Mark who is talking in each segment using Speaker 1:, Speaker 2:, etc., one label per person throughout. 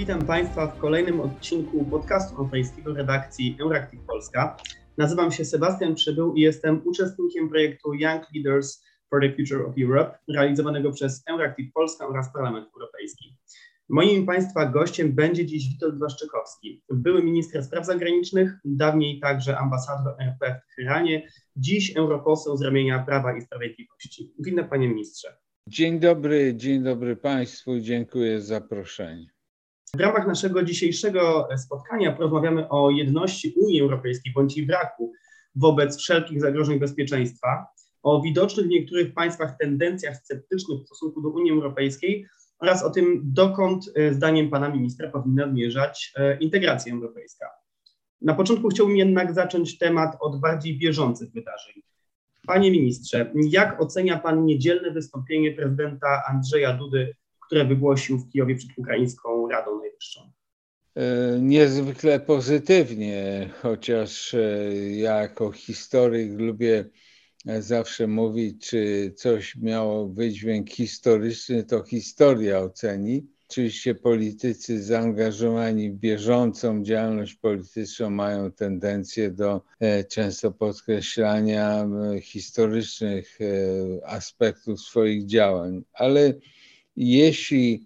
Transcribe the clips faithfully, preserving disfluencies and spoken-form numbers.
Speaker 1: Witam Państwa w kolejnym odcinku podcastu europejskiego redakcji Euractiv Polska. Nazywam się Sebastian Przybył i jestem uczestnikiem projektu Young Leaders for the Future of Europe, realizowanego przez Euractiv Polska oraz Parlament Europejski. Moim Państwa gościem będzie dziś Witold Waszczykowski, były minister spraw zagranicznych, dawniej także ambasador R P w Teheranie, dziś europoseł z ramienia Prawa i Sprawiedliwości. Witam, panie ministrze.
Speaker 2: Dzień dobry, dzień dobry Państwu, dziękuję za zaproszenie.
Speaker 1: W ramach naszego dzisiejszego spotkania porozmawiamy o jedności Unii Europejskiej bądź jej braku wobec wszelkich zagrożeń bezpieczeństwa, o widocznych w niektórych państwach tendencjach sceptycznych w stosunku do Unii Europejskiej oraz o tym, dokąd zdaniem pana ministra powinna zmierzać integracja europejska. Na początku chciałbym jednak zacząć temat od bardziej bieżących wydarzeń. Panie ministrze, jak ocenia pan niedzielne wystąpienie prezydenta Andrzeja Dudy, które wygłosił w Kijowie przed Ukraińską Radą Najwyższą?
Speaker 2: Niezwykle pozytywnie, chociaż ja jako historyk lubię zawsze mówić, czy coś miało wydźwięk historyczny, to historia oceni. Oczywiście politycy zaangażowani w bieżącą działalność polityczną mają tendencję do często podkreślania historycznych aspektów swoich działań, ale jeśli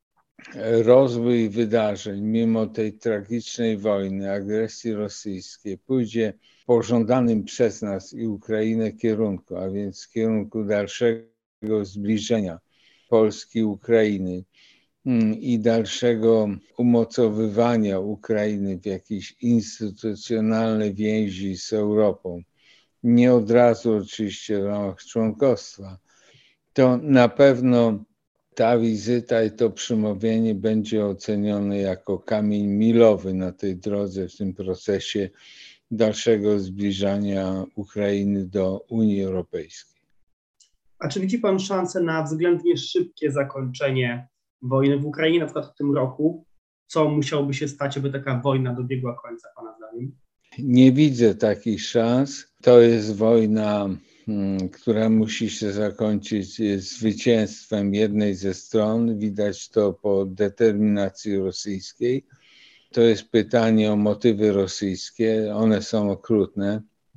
Speaker 2: rozwój wydarzeń, mimo tej tragicznej wojny, agresji rosyjskiej, pójdzie w pożądanym przez nas i Ukrainę kierunku, a więc w kierunku dalszego zbliżenia Polski i Ukrainy i dalszego umocowywania Ukrainy w jakieś instytucjonalne więzi z Europą, nie od razu oczywiście w ramach członkostwa, to na pewno ta wizyta i to przemówienie będzie ocenione jako kamień milowy na tej drodze, w tym procesie dalszego zbliżania Ukrainy do Unii Europejskiej.
Speaker 1: A czy widzi pan szansę na względnie szybkie zakończenie wojny w Ukrainie, na przykład w tym roku? Co musiałoby się stać, aby taka wojna dobiegła końca, pana zdaniem?
Speaker 2: Nie widzę takich szans. To jest wojna, która musi się zakończyć zwycięstwem jednej ze stron. Widać to po determinacji rosyjskiej. To jest pytanie o motywy rosyjskie. One są okrutne.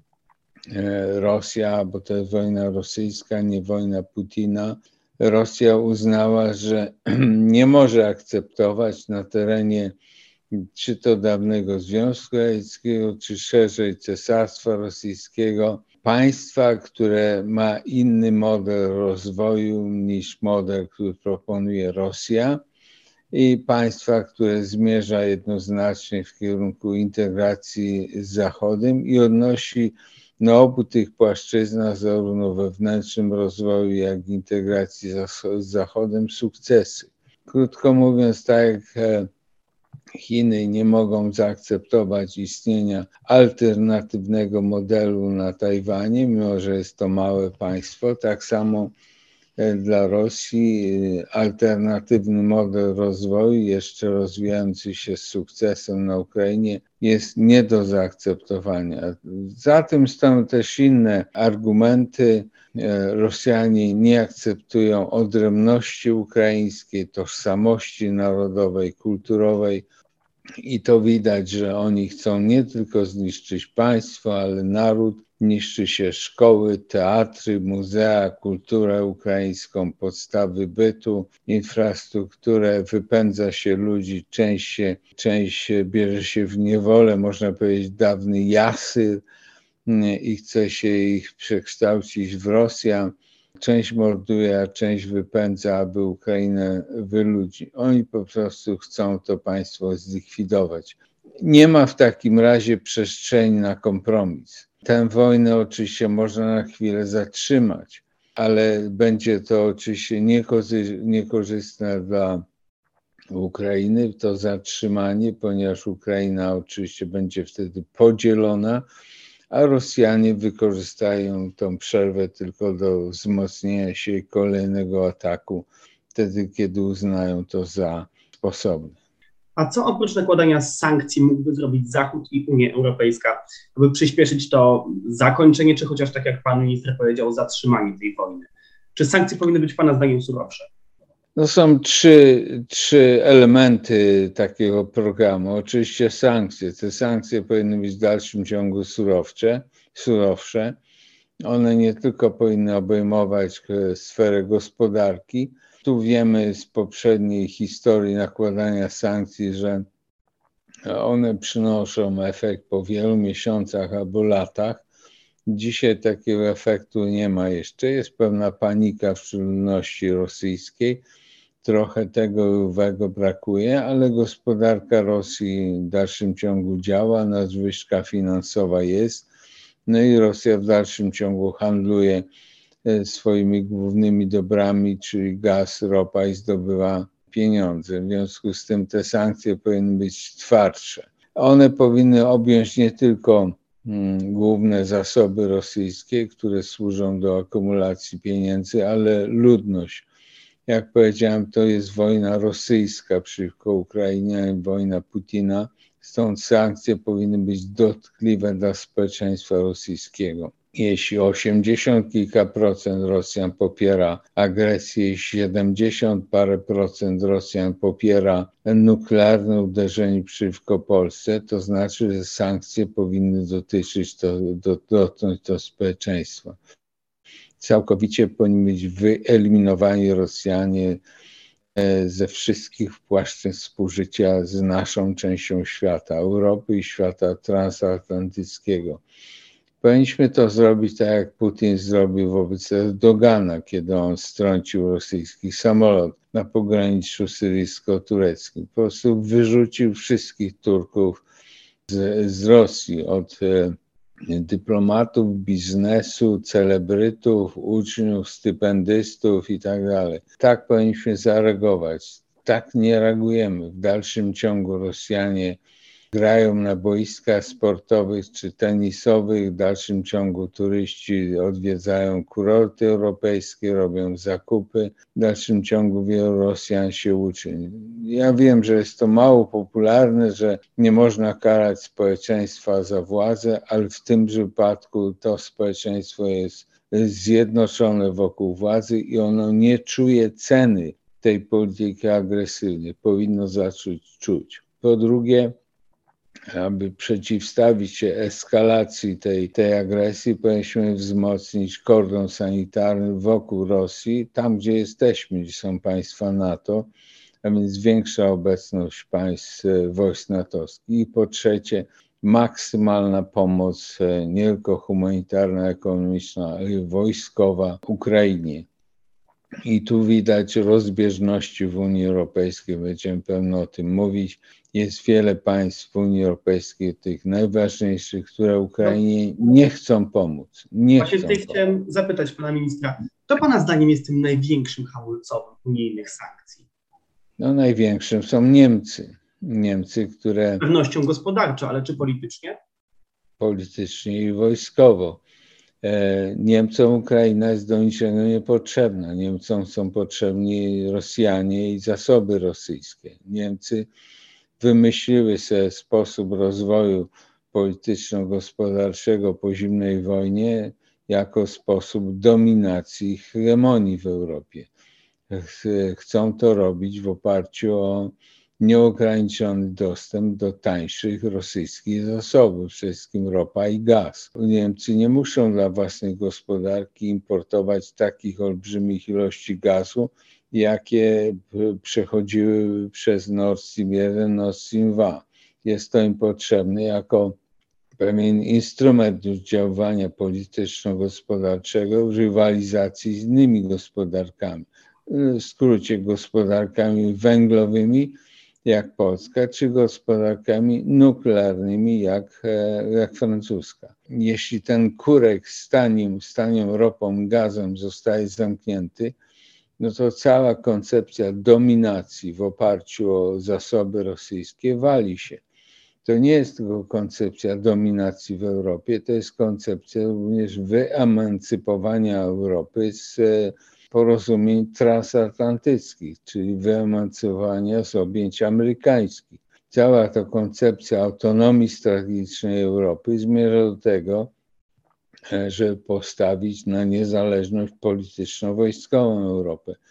Speaker 2: Rosja, bo to jest wojna rosyjska, nie wojna Putina. Rosja uznała, że nie może akceptować na terenie czy to dawnego Związku Radzieckiego, czy szerzej Cesarstwa Rosyjskiego, państwa, które ma inny model rozwoju niż model, który proponuje Rosja, i państwa, które zmierza jednoznacznie w kierunku integracji z Zachodem i odnosi na obu tych płaszczyznach, zarówno wewnętrznym rozwoju, jak i integracji z Zachodem, sukcesy. Krótko mówiąc, tak jak Chiny nie mogą zaakceptować istnienia alternatywnego modelu na Tajwanie, mimo że jest to małe państwo, tak samo dla Rosji alternatywny model rozwoju, jeszcze rozwijający się z sukcesem na Ukrainie, jest nie do zaakceptowania. Za tym stoją też inne argumenty. Rosjanie nie akceptują odrębności ukraińskiej, tożsamości narodowej, kulturowej i to widać, że oni chcą nie tylko zniszczyć państwo, ale naród. Niszczy się szkoły, teatry, muzea, kulturę ukraińską, podstawy bytu, infrastrukturę, wypędza się ludzi, część, się, część bierze się w niewolę, można powiedzieć dawny Jasyr i chce się ich przekształcić w Rosjan. Część morduje, a część wypędza, aby Ukrainę wyludzi. Oni po prostu chcą to państwo zlikwidować. Nie ma w takim razie przestrzeni na kompromis. Tę wojnę oczywiście można na chwilę zatrzymać, ale będzie to oczywiście niekorzy- niekorzystne dla Ukrainy, to zatrzymanie, ponieważ Ukraina oczywiście będzie wtedy podzielona, a Rosjanie wykorzystają tą przerwę tylko do wzmocnienia się i kolejnego ataku, wtedy kiedy uznają to za stosowne.
Speaker 1: A co oprócz nakładania sankcji mógłby zrobić Zachód i Unia Europejska, aby przyspieszyć to zakończenie, czy chociaż, tak jak pan minister powiedział, zatrzymanie tej wojny? Czy sankcje powinny być pana zdaniem surowsze?
Speaker 2: No są trzy, trzy elementy takiego programu. Oczywiście sankcje. Te sankcje powinny być w dalszym ciągu surowcze, surowsze. One nie tylko powinny obejmować sferę gospodarki. Tu wiemy z poprzedniej historii nakładania sankcji, że one przynoszą efekt po wielu miesiącach albo latach. Dzisiaj takiego efektu nie ma jeszcze. Jest pewna panika wśród ludności rosyjskiej. Trochę tego owego brakuje, ale gospodarka Rosji w dalszym ciągu działa, nadwyżka finansowa jest. No i Rosja w dalszym ciągu handluje swoimi głównymi dobrami, czyli gaz, ropa, i zdobywa pieniądze. W związku z tym te sankcje powinny być twardsze. One powinny objąć nie tylko hmm, główne zasoby rosyjskie, które służą do akumulacji pieniędzy, ale ludność. Jak powiedziałem, to jest wojna rosyjska przeciwko Ukrainie, wojna Putina. Stąd sankcje powinny być dotkliwe dla społeczeństwa rosyjskiego. Jeśli osiemdziesiąt kilka procent Rosjan popiera agresję, siedemdziesiąt parę procent Rosjan popiera nuklearne uderzenie przeciwko Polsce, to znaczy, że sankcje powinny dotyczyć to, do, dotknąć to społeczeństwa. Całkowicie powinni być wyeliminowani Rosjanie ze wszystkich płaszczyzn współżycia z naszą częścią świata, Europy i świata transatlantyckiego. Powinniśmy to zrobić tak, jak Putin zrobił wobec Erdogana, kiedy on strącił rosyjski samolot na pograniczu syryjsko-tureckim. Po prostu wyrzucił wszystkich Turków z, z Rosji, od dyplomatów, biznesu, celebrytów, uczniów, stypendystów i tak dalej. Tak powinniśmy zareagować. Tak nie reagujemy. W dalszym ciągu Rosjanie grają na boiskach sportowych czy tenisowych, w dalszym ciągu turyści odwiedzają kurorty europejskie, robią zakupy, w dalszym ciągu wielu Rosjan się uczy. Ja wiem, że jest to mało popularne, że nie można karać społeczeństwa za władzę, ale w tym przypadku to społeczeństwo jest zjednoczone wokół władzy i ono nie czuje ceny tej polityki agresywnej. Powinno zacząć czuć. Po drugie, aby przeciwstawić się eskalacji tej, tej agresji, powinniśmy wzmocnić kordon sanitarny wokół Rosji, tam gdzie jesteśmy, gdzie są państwa NATO, a więc większa obecność państw wojsk natowskich. I po trzecie, maksymalna pomoc nie tylko humanitarna, ekonomiczna, ale i wojskowa Ukrainie. I tu widać rozbieżności w Unii Europejskiej, będziemy pewno o tym mówić. Jest wiele państw w Unii Europejskiej, tych najważniejszych, które Ukrainie nie chcą pomóc. Nie
Speaker 1: Właśnie
Speaker 2: chcą
Speaker 1: tutaj
Speaker 2: pomóc.
Speaker 1: chciałem zapytać pana ministra, kto pana zdaniem jest tym największym hamulcowym unijnych sankcji?
Speaker 2: No największym są Niemcy. Niemcy, które
Speaker 1: Z pewnością gospodarczo, ale czy politycznie?
Speaker 2: politycznie i wojskowo. Niemcom Ukraina jest do niczego niepotrzebna. Niemcom są potrzebni Rosjanie i zasoby rosyjskie. Niemcy wymyśliły sobie sposób rozwoju polityczno-gospodarczego po zimnej wojnie jako sposób dominacji i hegemonii w Europie. Chcą to robić w oparciu o nieograniczony dostęp do tańszych rosyjskich zasobów, przede wszystkim ropa i gaz. Niemcy nie muszą dla własnej gospodarki importować takich olbrzymich ilości gazu, jakie przechodziły przez Nord Stream jeden, Nord Stream dwa. Jest to im potrzebne jako pewien instrument oddziaływania polityczno-gospodarczego w rywalizacji z innymi gospodarkami. W skrócie gospodarkami węglowymi, jak Polska, czy gospodarkami nuklearnymi, jak, jak francuska. Jeśli ten kurek z tanią, z tanią ropą, gazem zostaje zamknięty, no to cała koncepcja dominacji w oparciu o zasoby rosyjskie wali się. To nie jest tylko koncepcja dominacji w Europie, to jest koncepcja również wyemancypowania Europy z porozumień transatlantyckich, czyli wyemancypowania z objęć amerykańskich. Cała ta koncepcja autonomii strategicznej Europy zmierza do tego, żeby postawić na niezależność polityczno-wojskową Europę.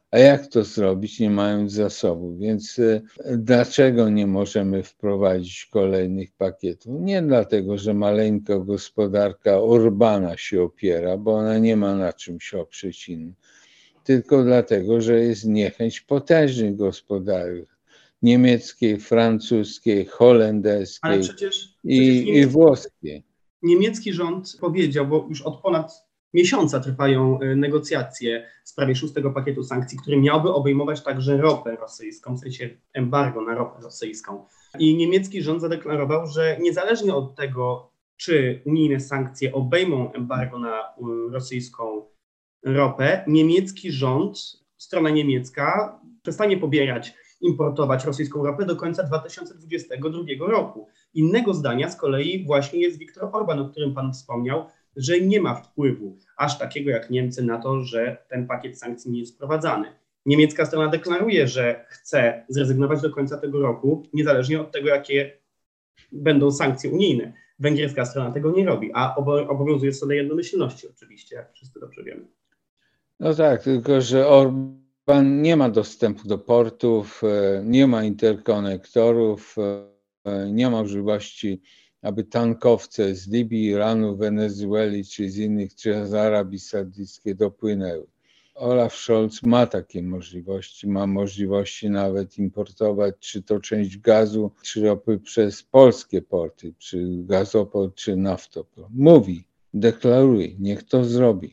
Speaker 2: A jak to zrobić, nie mając zasobów? Więc dlaczego nie możemy wprowadzić kolejnych pakietów? Nie dlatego, że maleńka gospodarka Orbana się opiera, bo ona nie ma na czym się oprzeć innym, tylko dlatego, że jest niechęć potężnych gospodarek niemieckiej, francuskiej, holenderskiej
Speaker 1: Ale przecież,
Speaker 2: i,
Speaker 1: przecież
Speaker 2: i
Speaker 1: niemiecki,
Speaker 2: włoskiej.
Speaker 1: niemiecki rząd powiedział, bo już od ponad miesiąca trwają negocjacje w sprawie szóstego pakietu sankcji, który miałby obejmować także ropę rosyjską, w sensie embargo na ropę rosyjską. I niemiecki rząd zadeklarował, że niezależnie od tego, czy unijne sankcje obejmą embargo na rosyjską ropę, niemiecki rząd, strona niemiecka przestanie pobierać, importować rosyjską ropę do końca dwa tysiące dwudziestego drugiego roku. Innego zdania z kolei właśnie jest Viktor Orban, o którym pan wspomniał, że nie ma wpływu aż takiego jak Niemcy na to, że ten pakiet sankcji nie jest wprowadzany. Niemiecka strona deklaruje, że chce zrezygnować do końca tego roku, niezależnie od tego, jakie będą sankcje unijne. Węgierska strona tego nie robi, a obowiązuje sobie jednomyślności oczywiście, jak wszyscy dobrze wiemy.
Speaker 2: No tak, tylko że Orban nie ma dostępu do portów, nie ma interkonektorów, nie ma możliwości, aby tankowce z Libii, Iranu, Wenezueli czy z innych, czy z Arabii Saudyjskiej dopłynęły. Olaf Scholz ma takie możliwości, ma możliwości nawet importować czy to część gazu, czy ropy przez polskie porty, czy gazoport, czy naftoport. Mówi, deklaruje, niech to zrobi.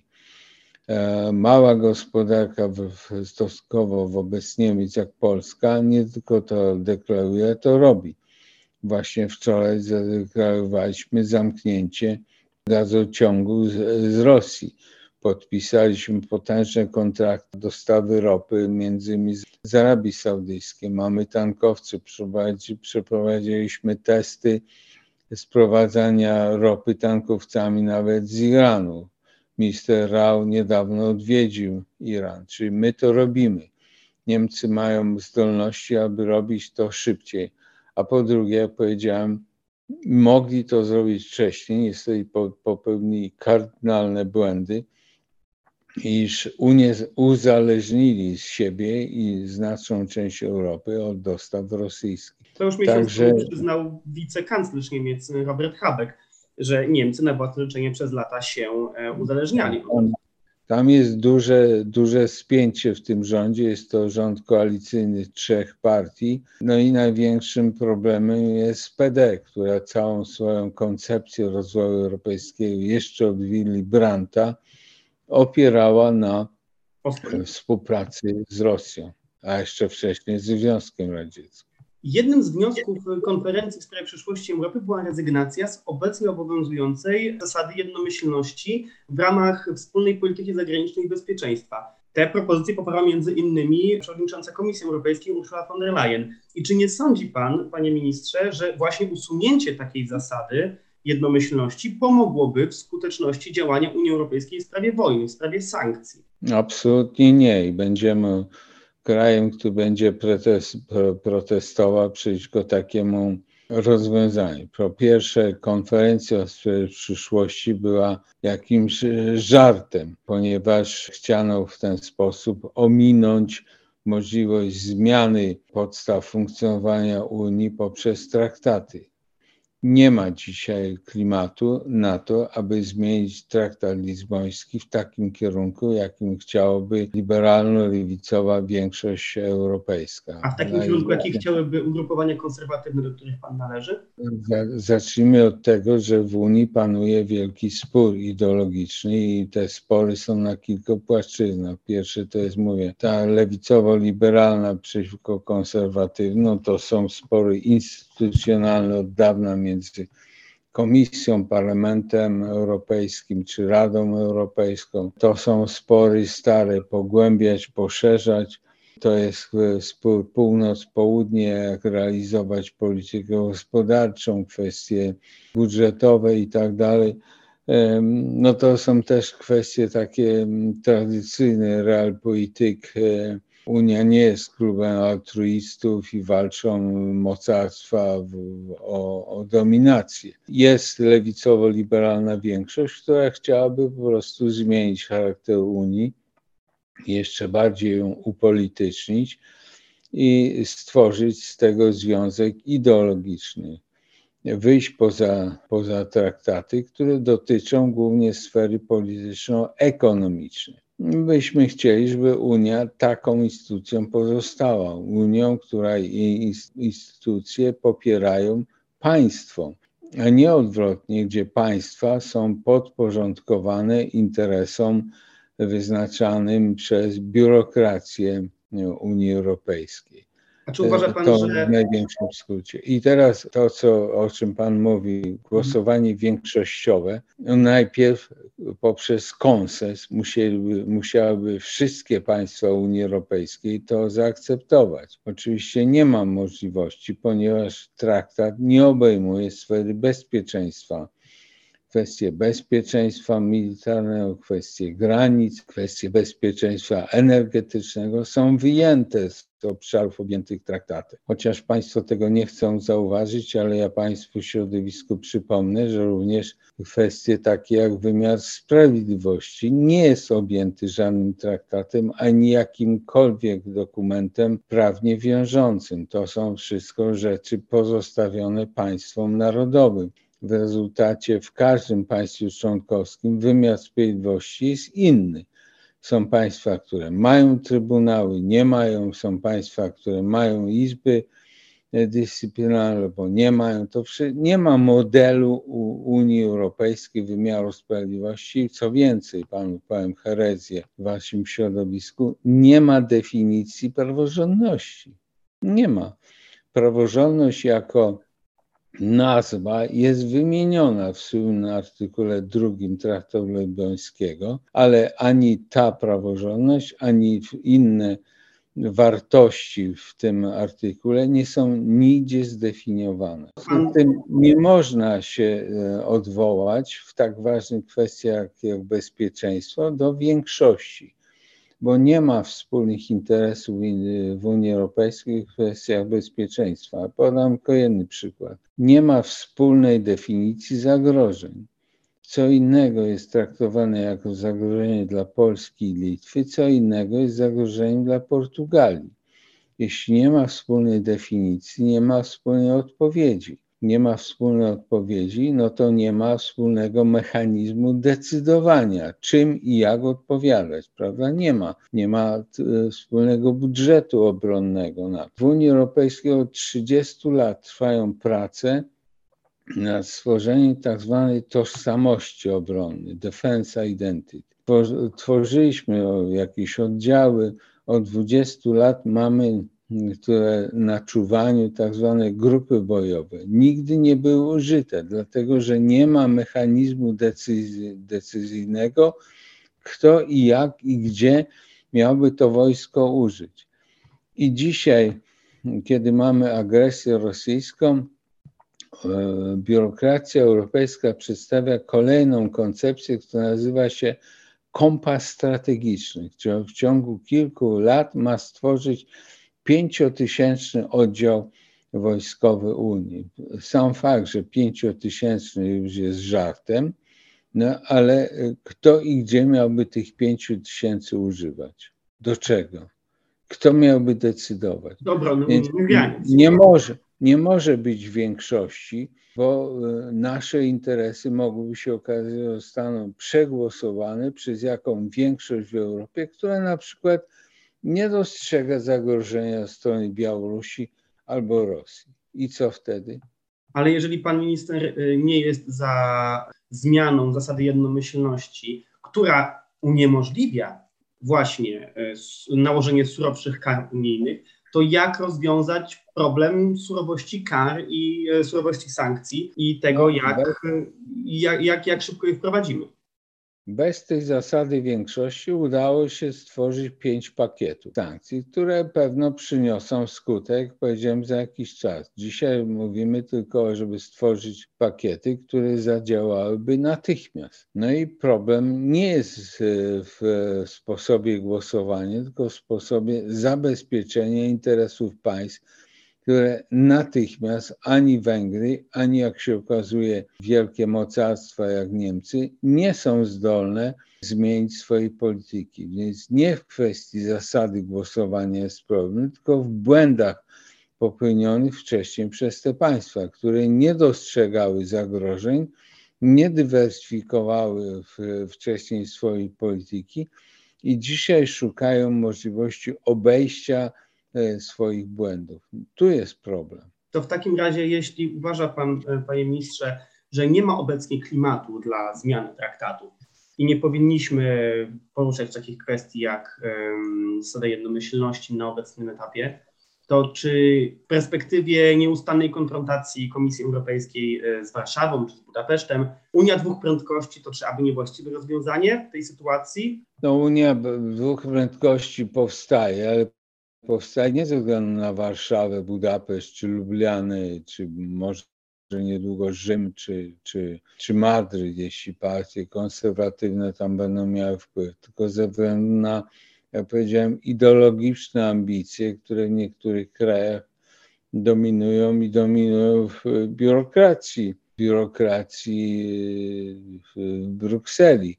Speaker 2: Mała gospodarka stosunkowo wobec Niemiec jak Polska nie tylko to deklaruje, to robi. Właśnie wczoraj zadeklarowaliśmy zamknięcie gazociągu z, z Rosji. Podpisaliśmy potężne kontrakty dostawy ropy, między innymi z Arabii Saudyjskiej. Mamy tankowce, przeprowadziliśmy testy sprowadzania ropy tankowcami nawet z Iranu. Minister Rau niedawno odwiedził Iran, czyli my to robimy. Niemcy mają zdolności, aby robić to szybciej. A po drugie, jak powiedziałem, mogli to zrobić wcześniej, niestety popełnili kardynalne błędy, iż uzależnili z siebie i znaczną część Europy od dostaw rosyjskich.
Speaker 1: To już miesiąc Także... temu przyznał wicekanclerz Niemiec Robert Habeck, że Niemcy na własne życzenie przez lata się uzależniali.
Speaker 2: Tam jest duże, duże spięcie w tym rządzie, jest to rząd koalicyjny trzech partii. No i największym problemem jest P D, która całą swoją koncepcję rozwoju europejskiego jeszcze od Willy Brandta opierała na współpracy z Rosją, a jeszcze wcześniej z Związkiem Radzieckim.
Speaker 1: Jednym z wniosków konferencji w sprawie przyszłości Europy była rezygnacja z obecnie obowiązującej zasady jednomyślności w ramach wspólnej polityki zagranicznej i bezpieczeństwa. Te propozycje poparła między innymi przewodnicząca Komisji Europejskiej Ursula von der Leyen. I czy nie sądzi pan, panie ministrze, że właśnie usunięcie takiej zasady jednomyślności pomogłoby w skuteczności działania Unii Europejskiej w sprawie wojny, w sprawie sankcji?
Speaker 2: Absolutnie nie i będziemy krajem, który będzie protest, protestował przeciwko takiemu rozwiązaniu. Po pierwsze, konferencja w przyszłości była jakimś żartem, ponieważ chciano w ten sposób ominąć możliwość zmiany podstaw funkcjonowania Unii poprzez traktaty. Nie ma dzisiaj klimatu na to, aby zmienić traktat lizboński w takim kierunku, jakim chciałaby liberalno-lewicowa większość europejska.
Speaker 1: A w takim kierunku, jaki chciałyby ugrupowania konserwatywne, do których pan należy?
Speaker 2: Zacznijmy od tego, że w Unii panuje wielki spór ideologiczny i te spory są na kilku płaszczyznach. Pierwszy to jest, mówię, ta lewicowo-liberalna przeciwko konserwatywną, to są spory instytucjonalne od dawna między między Komisją, Parlamentem Europejskim czy Radą Europejską. To są spory stare, pogłębiać, poszerzać. To jest spór północ-południe, jak realizować politykę gospodarczą, kwestie budżetowe i tak dalej. No to są też kwestie takie tradycyjne, realpolitik. Unia nie jest klubem altruistów i walczą mocarstwa w, o, o dominację. Jest lewicowo-liberalna większość, która chciałaby po prostu zmienić charakter Unii jeszcze bardziej ją upolitycznić i stworzyć z tego związek ideologiczny. Wyjść poza, poza traktaty, które dotyczą głównie sfery polityczno-ekonomicznej. Byśmy chcieli, żeby Unia taką instytucją pozostała. Unią, która jej instytucje popierają państwo, a nie odwrotnie, gdzie państwa są podporządkowane interesom wyznaczanym przez biurokrację Unii Europejskiej.
Speaker 1: A czy uważa pan,
Speaker 2: to
Speaker 1: że...
Speaker 2: w największym skrócie. I teraz to, co, o czym pan mówi, głosowanie większościowe, no najpierw poprzez konsens musieliby, musiałyby wszystkie państwa Unii Europejskiej to zaakceptować. Oczywiście nie ma możliwości, ponieważ traktat nie obejmuje sfery bezpieczeństwa. Kwestie bezpieczeństwa militarnego, kwestie granic, kwestie bezpieczeństwa energetycznego są wyjęte z obszarów objętych traktatem. Chociaż państwo tego nie chcą zauważyć, ale ja państwu w środowisku przypomnę, że również kwestie takie jak wymiar sprawiedliwości nie jest objęty żadnym traktatem ani jakimkolwiek dokumentem prawnie wiążącym. To są wszystko rzeczy pozostawione państwom narodowym. W rezultacie w każdym państwie członkowskim wymiar sprawiedliwości jest inny. Są państwa, które mają trybunały, nie mają, są państwa, które mają izby dyscyplinarne, bo nie mają. To nie ma modelu Unii Europejskiej wymiaru sprawiedliwości. Co więcej, panu powiem herezję w waszym środowisku, nie ma definicji praworządności. Nie ma. Praworządność jako nazwa jest wymieniona w słynnym artykule drugim Traktatu Lizbońskiego, ale ani ta praworządność, ani inne wartości w tym artykule nie są nigdzie zdefiniowane. W tym nie można się odwołać w tak ważnych kwestiach jak bezpieczeństwo do większości, bo nie ma wspólnych interesów w Unii Europejskiej w kwestiach bezpieczeństwa. Podam tylko jeden przykład. Nie ma wspólnej definicji zagrożeń. Co innego jest traktowane jako zagrożenie dla Polski i Litwy, co innego jest zagrożeniem dla Portugalii. Jeśli nie ma wspólnej definicji, nie ma wspólnej odpowiedzi. Nie ma wspólnej odpowiedzi, no to nie ma wspólnego mechanizmu decydowania, czym i jak odpowiadać, prawda? Nie ma. Nie ma t, wspólnego budżetu obronnego. W Unii Europejskiej od trzydziestu lat trwają prace nad stworzeniem tak zwanej tożsamości obronnej, defense identity. Tworzyliśmy jakieś oddziały, od dwudziestu lat mamy które na czuwaniu tak zwane grupy bojowe. Nigdy nie były użyte, dlatego że nie ma mechanizmu decyzji, decyzyjnego, kto i jak i gdzie miałby to wojsko użyć. I dzisiaj, kiedy mamy agresję rosyjską, biurokracja europejska przedstawia kolejną koncepcję, która nazywa się kompas strategiczny, który w ciągu kilku lat ma stworzyć pięciotysięczny oddział wojskowy Unii. Sam fakt, że pięciotysięczny już jest żartem, no ale kto i gdzie miałby tych pięciu tysięcy używać? Do czego? Kto miałby decydować?
Speaker 1: Dobra, no,
Speaker 2: Więc
Speaker 1: nie,
Speaker 2: nie może, nie może być większości, bo nasze interesy mogłyby się okazać, że zostaną przegłosowane przez jaką większość w Europie, która na przykład nie dostrzega zagrożenia strony Białorusi albo Rosji. I co wtedy?
Speaker 1: Ale jeżeli pan minister nie jest za zmianą zasady jednomyślności, która uniemożliwia właśnie nałożenie surowszych kar unijnych, to jak rozwiązać problem surowości kar i surowości sankcji i tego, jak, jak, jak, jak szybko je wprowadzimy?
Speaker 2: Bez tej zasady większości udało się stworzyć pięć pakietów sankcji, które pewno przyniosą skutek, jak powiedziałem, za jakiś czas. Dzisiaj mówimy tylko, żeby stworzyć pakiety, które zadziałałyby natychmiast. No i problem nie jest w sposobie głosowania, tylko w sposobie zabezpieczenia interesów państw które natychmiast ani Węgry, ani jak się okazuje wielkie mocarstwa jak Niemcy nie są zdolne zmienić swojej polityki. Więc nie w kwestii zasady głosowania jest problem, tylko w błędach popełnionych wcześniej przez te państwa, które nie dostrzegały zagrożeń, nie dywersyfikowały wcześniej swojej polityki i dzisiaj szukają możliwości obejścia swoich błędów. Tu jest problem.
Speaker 1: To w takim razie, jeśli uważa pan, panie ministrze, że nie ma obecnie klimatu dla zmiany traktatu i nie powinniśmy poruszać takich kwestii jak um, zasada jednomyślności na obecnym etapie, to czy w perspektywie nieustannej konfrontacji Komisji Europejskiej z Warszawą czy z Budapesztem Unia dwóch prędkości to czy aby nie właściwe rozwiązanie w tej sytuacji?
Speaker 2: No, Unia dwóch prędkości powstaje, ale powstaje nie ze względu na Warszawę, Budapeszt, czy Lubliany, czy może niedługo Rzym, czy, czy, czy Madryt, jeśli partie konserwatywne tam będą miały wpływ, tylko ze względu na, jak powiedziałem, ideologiczne ambicje, które w niektórych krajach dominują i dominują w biurokracji, biurokracji w Brukseli.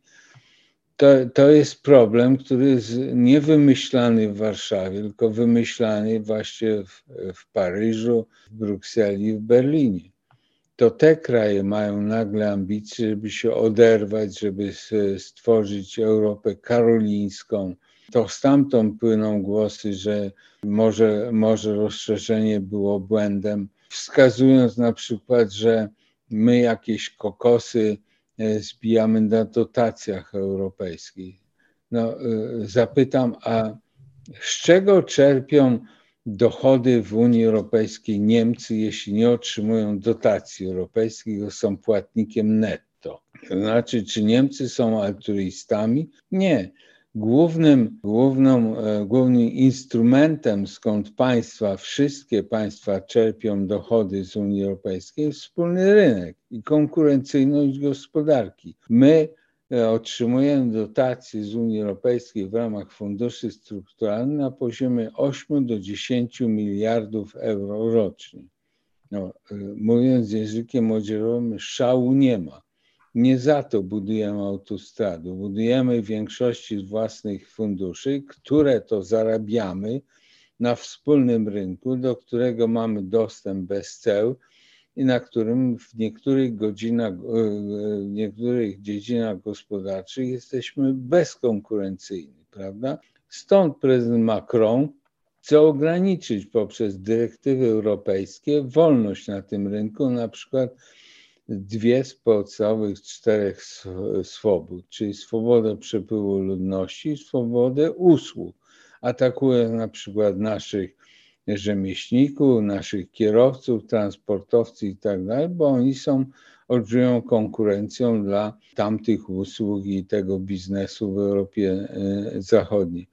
Speaker 2: To, to jest problem, który jest nie wymyślany w Warszawie, tylko wymyślany właśnie w, w Paryżu, w Brukseli, w Berlinie. To te kraje mają nagle ambicje, żeby się oderwać, żeby stworzyć Europę karolińską. To stamtąd płyną głosy, że może, może rozszerzenie było błędem, wskazując na przykład, że my jakieś kokosy zbijamy na dotacjach europejskich. No, zapytam, a z czego czerpią dochody w Unii Europejskiej Niemcy, jeśli nie otrzymują dotacji europejskich, bo są płatnikiem netto? To znaczy, czy Niemcy są altruistami? Nie. Głównym, główną, głównym instrumentem, skąd państwa, wszystkie państwa czerpią dochody z Unii Europejskiej, jest wspólny rynek i konkurencyjność gospodarki. My otrzymujemy dotacje z Unii Europejskiej w ramach funduszy strukturalnych na poziomie osiem do dziesięciu miliardów euro rocznie. No, mówiąc językiem młodzieżowym, szału nie ma. Nie za to budujemy autostrady, budujemy w większości z własnych funduszy, które to zarabiamy na wspólnym rynku, do którego mamy dostęp bez ceł i na którym w niektórych godzinach, w niektórych dziedzinach gospodarczych jesteśmy bezkonkurencyjni, prawda? Stąd prezydent Macron chce ograniczyć poprzez dyrektywy europejskie wolność na tym rynku, na przykład dwie z podstawowych czterech swobód, czyli swobodę przepływu ludności i swobodę usług. Atakuje na przykład naszych rzemieślników, naszych kierowców, transportowców i tak dalej, bo oni są olbrzymią konkurencją dla tamtych usług i tego biznesu w Europie Zachodniej.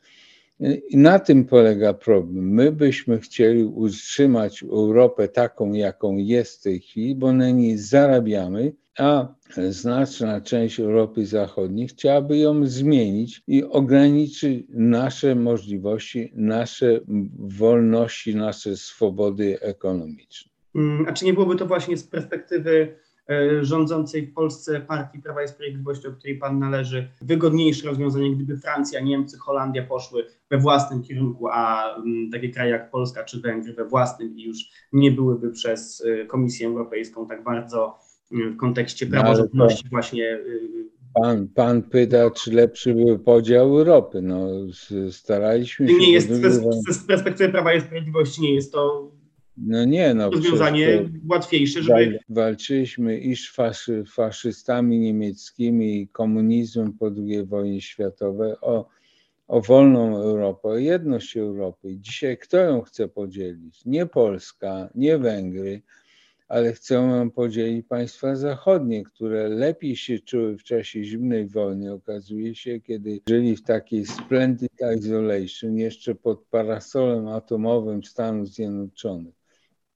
Speaker 2: I na tym polega problem. My byśmy chcieli utrzymać Europę taką, jaką jest w tej chwili, bo na niej zarabiamy, a znaczna część Europy Zachodniej chciałaby ją zmienić i ograniczyć nasze możliwości, nasze wolności, nasze swobody ekonomiczne.
Speaker 1: A czy nie byłoby to właśnie z perspektywy rządzącej w Polsce partii Prawa i Sprawiedliwości, do której pan należy, wygodniejsze rozwiązanie, gdyby Francja, Niemcy, Holandia poszły we własnym kierunku, a takie kraje jak Polska czy Węgry we własnym i już nie byłyby przez Komisję Europejską tak bardzo w kontekście praworządności właśnie.
Speaker 2: Pan, pan pyta, czy lepszy był podział Europy. No, staraliśmy się...
Speaker 1: Nie jest, z, z perspektywy Prawa i Sprawiedliwości nie jest to
Speaker 2: No nie, no,
Speaker 1: rozwiązanie łatwiejsze, żeby...
Speaker 2: Walczyliśmy i z faszy, faszystami niemieckimi i komunizmem po drugiej wojnie światowej o, o wolną Europę, o jedność Europy. I dzisiaj kto ją chce podzielić? Nie Polska, nie Węgry, ale chcą ją podzielić państwa zachodnie, które lepiej się czuły w czasie zimnej wojny, okazuje się, kiedy żyli w takiej splendid isolation, jeszcze pod parasolem atomowym Stanów Zjednoczonych.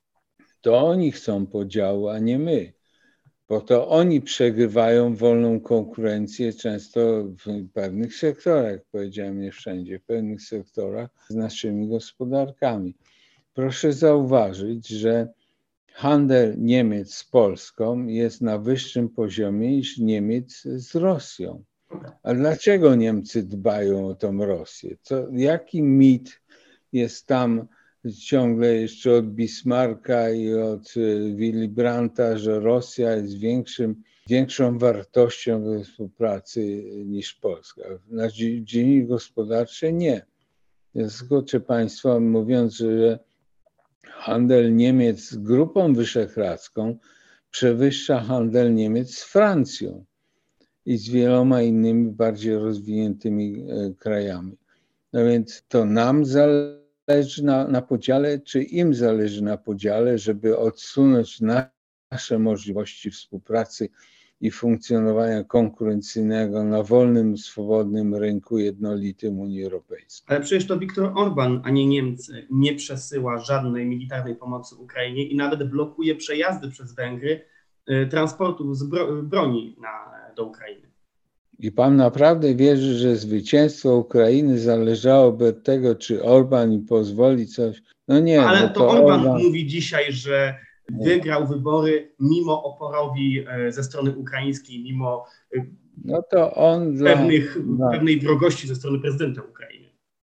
Speaker 2: To oni chcą podziału, a nie my, bo to oni przegrywają wolną konkurencję często w pewnych sektorach, powiedziałem nie wszędzie, w pewnych sektorach z naszymi gospodarkami. proszę zauważyć, że handel Niemiec z Polską jest na wyższym poziomie niż Niemiec z Rosją. A dlaczego Niemcy dbają o tą Rosję? Co, jaki mit jest tam ciągle jeszcze od Bismarcka i od Willy Brandta, że Rosja jest większym, większą wartością we współpracy niż Polska? Na dziedziny gospodarczej nie. Zaskoczę Państwa, mówiąc, że handel Niemiec z Grupą Wyszehradzką przewyższa handel Niemiec z Francją i z wieloma innymi bardziej rozwiniętymi krajami. No więc to nam zależy na, na podziale, czy im zależy na podziale, żeby odsunąć nasze możliwości współpracy i funkcjonowania konkurencyjnego na wolnym, swobodnym rynku jednolitym Unii Europejskiej.
Speaker 1: Ale przecież to Viktor Orban, a nie Niemcy, nie przesyła żadnej militarnej pomocy Ukrainie i nawet blokuje przejazdy przez Węgry y, transportów z bro, broni na, do Ukrainy.
Speaker 2: I pan naprawdę wierzy, że zwycięstwo Ukrainy zależałoby od tego, czy Orban im pozwoli coś? No nie.
Speaker 1: Ale
Speaker 2: no
Speaker 1: to,
Speaker 2: to
Speaker 1: Orban,
Speaker 2: Orban
Speaker 1: mówi dzisiaj, że wygrał wybory mimo oporowi ze strony ukraińskiej, mimo
Speaker 2: no to on
Speaker 1: pewnych,
Speaker 2: dla,
Speaker 1: pewnej wrogości ze strony prezydenta Ukrainy.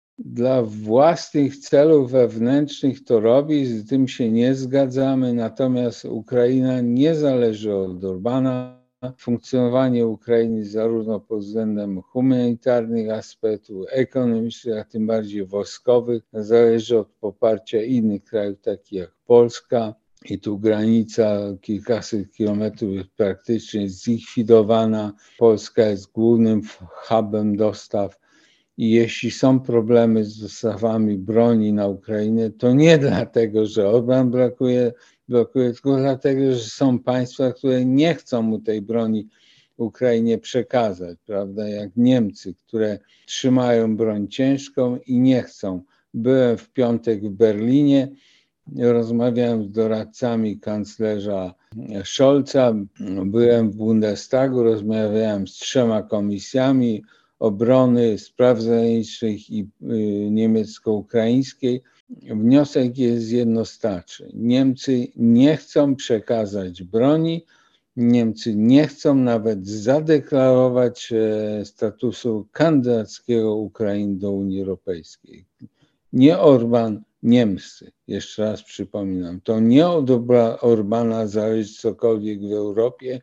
Speaker 2: Dla własnych celów wewnętrznych to robi, z tym się nie zgadzamy, natomiast Ukraina nie zależy od Orbana. Funkcjonowanie Ukrainy zarówno pod względem humanitarnych aspektów, ekonomicznych, a tym bardziej wojskowych, zależy od poparcia innych krajów, takich jak Polska. I tu granica kilkaset kilometrów jest praktycznie zlikwidowana. Polska jest głównym hubem dostaw. I jeśli są problemy z dostawami broni na Ukrainę, to nie dlatego, że Orban blokuje, blokuje, tylko dlatego, że są państwa, które nie chcą mu tej broni Ukrainie przekazać, prawda? Jak Niemcy, które trzymają broń ciężką i nie chcą. Byłem w piątek w Berlinie, rozmawiałem z doradcami kanclerza Scholza, byłem w Bundestagu, rozmawiałem z trzema komisjami obrony, spraw zagranicznych i y, niemiecko-ukraińskiej. Wniosek jest jednoznaczny. Niemcy nie chcą przekazać broni, Niemcy nie chcą nawet zadeklarować e, statusu kandydackiego Ukrainy do Unii Europejskiej. Nie Orban, Niemcy. Jeszcze raz przypominam, to nie od Orbana zależy cokolwiek w Europie,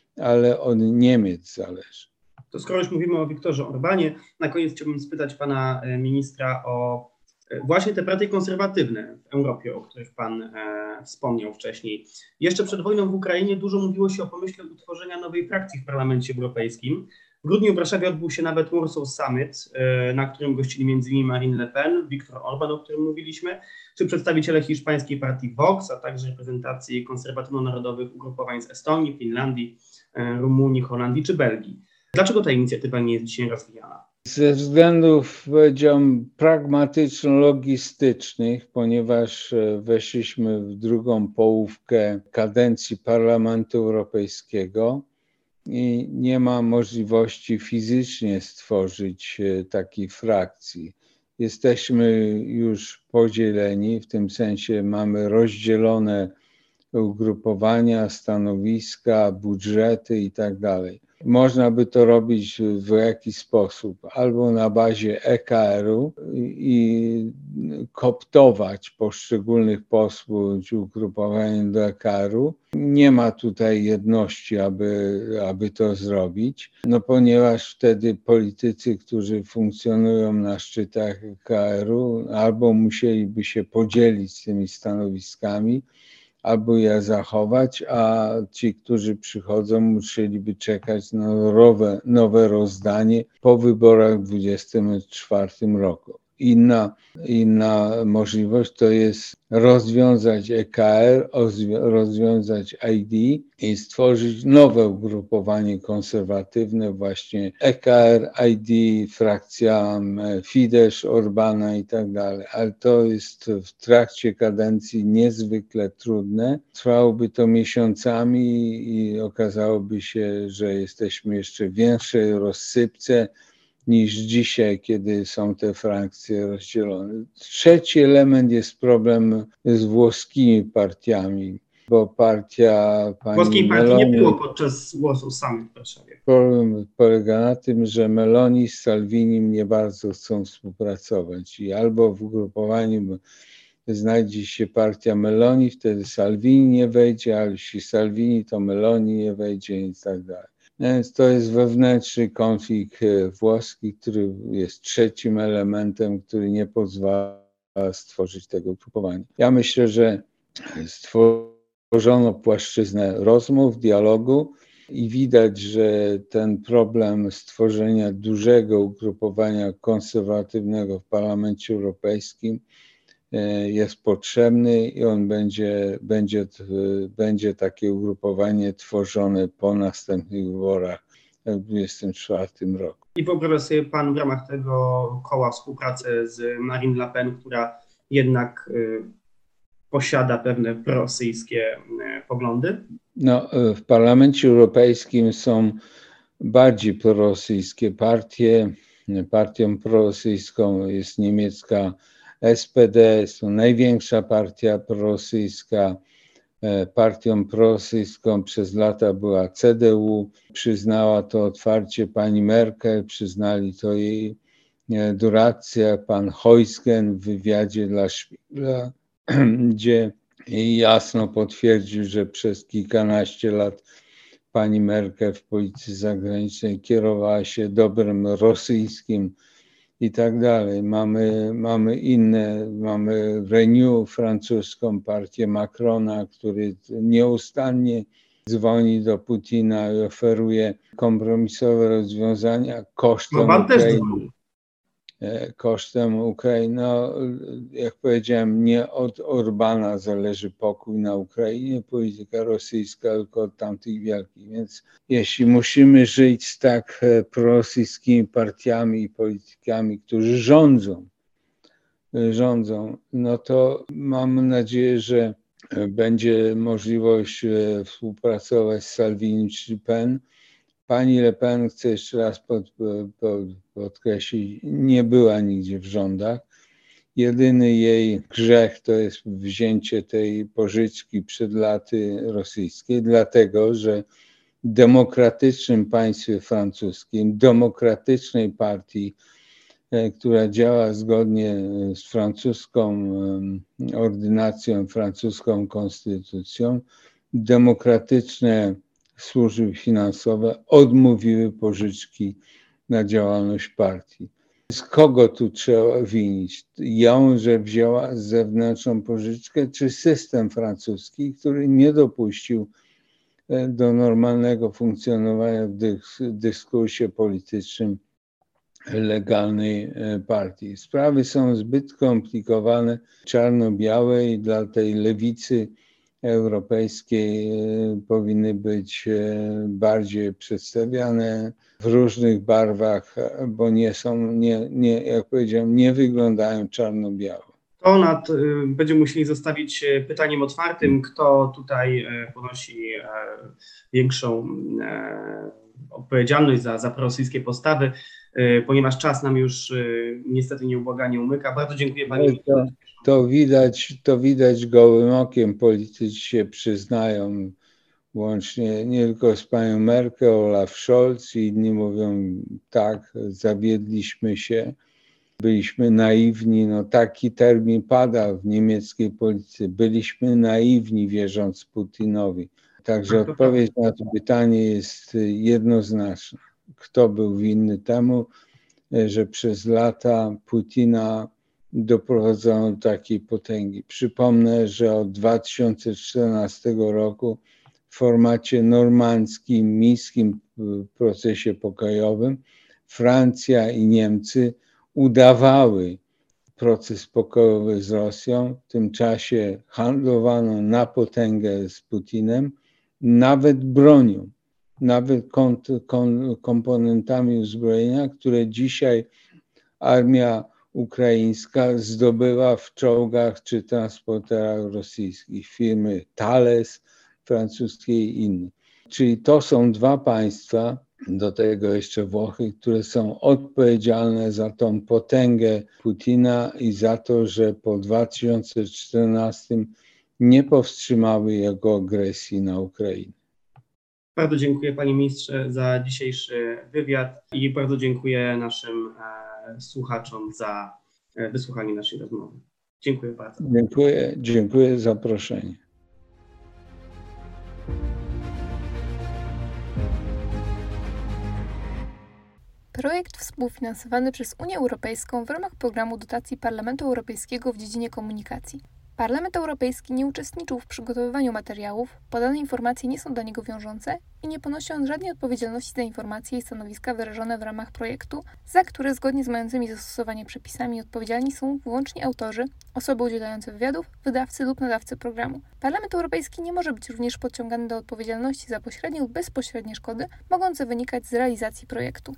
Speaker 2: ale od Niemiec zależy.
Speaker 1: To skoro już mówimy o Viktorze Orbanie, na koniec chciałbym spytać pana ministra o właśnie te partie konserwatywne w Europie, o których pan e, wspomniał wcześniej. Jeszcze przed wojną w Ukrainie dużo mówiło się o pomyśle utworzenia nowej frakcji w Parlamencie Europejskim. W grudniu w Warszawie odbył się nawet Warsaw Summit, e, na którym gościli między innymi Marine Le Pen, Viktor Orban, o którym mówiliśmy, czy przedstawiciele hiszpańskiej partii Vox, a także reprezentacji konserwatywno-narodowych ugrupowań z Estonii, Finlandii, e, Rumunii, Holandii czy Belgii. Dlaczego ta inicjatywa nie jest dzisiaj rozwijana?
Speaker 2: Ze względów, powiedziałbym, pragmatyczno-logistycznych, ponieważ weszliśmy w drugą połówkę kadencji Parlamentu Europejskiego i nie ma możliwości fizycznie stworzyć takiej frakcji. Jesteśmy już podzieleni, w tym sensie mamy rozdzielone ugrupowania, stanowiska, budżety i tak dalej. Można by to robić w jakiś sposób, albo na bazie E K R-u i koptować poszczególnych posłów czy ugrupowań do E K R-u. Nie ma tutaj jedności, aby, aby to zrobić, no ponieważ wtedy politycy, którzy funkcjonują na szczytach E K R-u, albo musieliby się podzielić z tymi stanowiskami, albo je zachować, a ci, którzy przychodzą, musieliby czekać na nowe, nowe rozdanie po wyborach w dwudziestym czwartym roku. Inna, inna możliwość to jest rozwiązać E K R, rozwiązać I D i stworzyć nowe ugrupowanie konserwatywne, właśnie E K R, I D, frakcja Fidesz, Orbana i tak dalej. Ale to jest w trakcie kadencji niezwykle trudne. Trwałoby to miesiącami i okazałoby się, że jesteśmy jeszcze w większej rozsypce niż dzisiaj, kiedy są te frakcje rozdzielone. Trzeci element jest problem z włoskimi partiami, bo partia pani
Speaker 1: Włoskiej partii nie
Speaker 2: Meloni...
Speaker 1: było podczas głosów samych w Warszawie.
Speaker 2: Problem polega na tym, że Meloni z Salvinim nie bardzo chcą współpracować i albo w ugrupowaniu znajdzie się partia Meloni, wtedy Salvini nie wejdzie, a jeśli Salvini, to Meloni nie wejdzie i tak dalej. Więc to jest wewnętrzny konflikt włoski, który jest trzecim elementem, który nie pozwala stworzyć tego ugrupowania. Ja myślę, że stworzono płaszczyznę rozmów, dialogu i widać, że ten problem stworzenia dużego ugrupowania konserwatywnego w Parlamencie Europejskim jest potrzebny i on będzie, będzie, będzie takie ugrupowanie tworzone po następnych wyborach w dwa tysiące dwudziestym czwartym roku.
Speaker 1: I wyobraża sobie pan w ramach tego koła współpracę z Marine Le Pen, która jednak y, posiada pewne prorosyjskie y, poglądy?
Speaker 2: No, w Parlamencie Europejskim są bardziej prorosyjskie partie. Partią prorosyjską jest niemiecka S P D, jest to największa partia prorosyjska. Partią prorosyjską przez lata była C D U. Przyznała to otwarcie pani Merkel, przyznali to jej doradcy, pan Heusgen w wywiadzie dla Spiegla, gdzie jasno potwierdził, że przez kilkanaście lat pani Merkel w polityce zagranicznej kierowała się dobrem rosyjskim i tak dalej. Mamy, mamy inne, mamy Renew, francuską partię Macrona, który nieustannie dzwoni do Putina i oferuje kompromisowe rozwiązania kosztem
Speaker 1: No,
Speaker 2: Ukrainy. Kosztem Ukrainy. No, jak powiedziałem, nie od Orbana zależy pokój na Ukrainie, polityka rosyjska, tylko od tamtych wielkich. Więc jeśli musimy żyć z tak prorosyjskimi partiami i politykami, którzy rządzą, rządzą, no to mam nadzieję, że będzie możliwość współpracować z Salvini czy Le Pen. Pani Le Pen, chcę jeszcze raz pod, pod, podkreślić, nie była nigdzie w rządach. Jedyny jej grzech to jest wzięcie tej pożyczki przed laty rosyjskiej, dlatego że w demokratycznym państwie francuskim, demokratycznej partii, która działa zgodnie z francuską ordynacją, francuską konstytucją, demokratyczne służby finansowe odmówiły pożyczki na działalność partii. Z kogo tu trzeba winić? Ją, że wzięła zewnętrzną pożyczkę, czy system francuski, który nie dopuścił do normalnego funkcjonowania w dyskursie politycznym legalnej partii. Sprawy są zbyt skomplikowane, czarno-białe i dla tej lewicy europejskiej powinny być bardziej przedstawiane w różnych barwach, bo nie są, nie, nie, jak powiedziałem, nie wyglądają czarno-biało.
Speaker 1: To nad, y, będziemy musieli zostawić pytaniem otwartym, kto tutaj y, ponosi y, większą y, odpowiedzialność za, za prorosyjskie postawy, y, ponieważ czas nam już y, niestety nieubłaganie umyka. Bardzo dziękuję pani.
Speaker 2: To, to widać, to widać gołym okiem, politycy się przyznają, łącznie nie tylko z panią Merkel, Olaf Scholz i inni mówią, tak, zawiedliśmy się. Byliśmy naiwni, no taki termin pada w niemieckiej polityce. Byliśmy naiwni, wierząc Putinowi. Także odpowiedź na to pytanie jest jednoznaczna. Kto był winny temu, że przez lata Putina doprowadzono do takiej potęgi? Przypomnę, że od dwa tysiące czternastego roku w formacie normandzkim, mińskim procesie pokojowym Francja i Niemcy udawały proces pokojowy z Rosją. W tym czasie handlowano na potęgę z Putinem, nawet bronią, nawet kont, kon, komponentami uzbrojenia, które dzisiaj armia ukraińska zdobyła w czołgach czy transporterach rosyjskich, firmy Thales francuskiej i innych. Czyli to są dwa państwa, do tego jeszcze Włochy, które są odpowiedzialne za tą potęgę Putina i za to, że po dwa tysiące czternastym nie powstrzymały jego agresji na Ukrainę.
Speaker 1: Bardzo dziękuję panie ministrze za dzisiejszy wywiad i bardzo dziękuję naszym e, słuchaczom za e, wysłuchanie naszej rozmowy. Dziękuję bardzo.
Speaker 2: Dziękuję, dziękuję za zaproszenie.
Speaker 3: Projekt współfinansowany przez Unię Europejską w ramach programu dotacji Parlamentu Europejskiego w dziedzinie komunikacji. Parlament Europejski nie uczestniczył w przygotowywaniu materiałów, podane informacje nie są dla niego wiążące i nie ponosi on żadnej odpowiedzialności za informacje i stanowiska wyrażone w ramach projektu, za które zgodnie z mającymi zastosowanie przepisami odpowiedzialni są wyłącznie autorzy, osoby udzielające wywiadów, wydawcy lub nadawcy programu. Parlament Europejski nie może być również podciągany do odpowiedzialności za pośrednie lub bezpośrednie szkody mogące wynikać z realizacji projektu.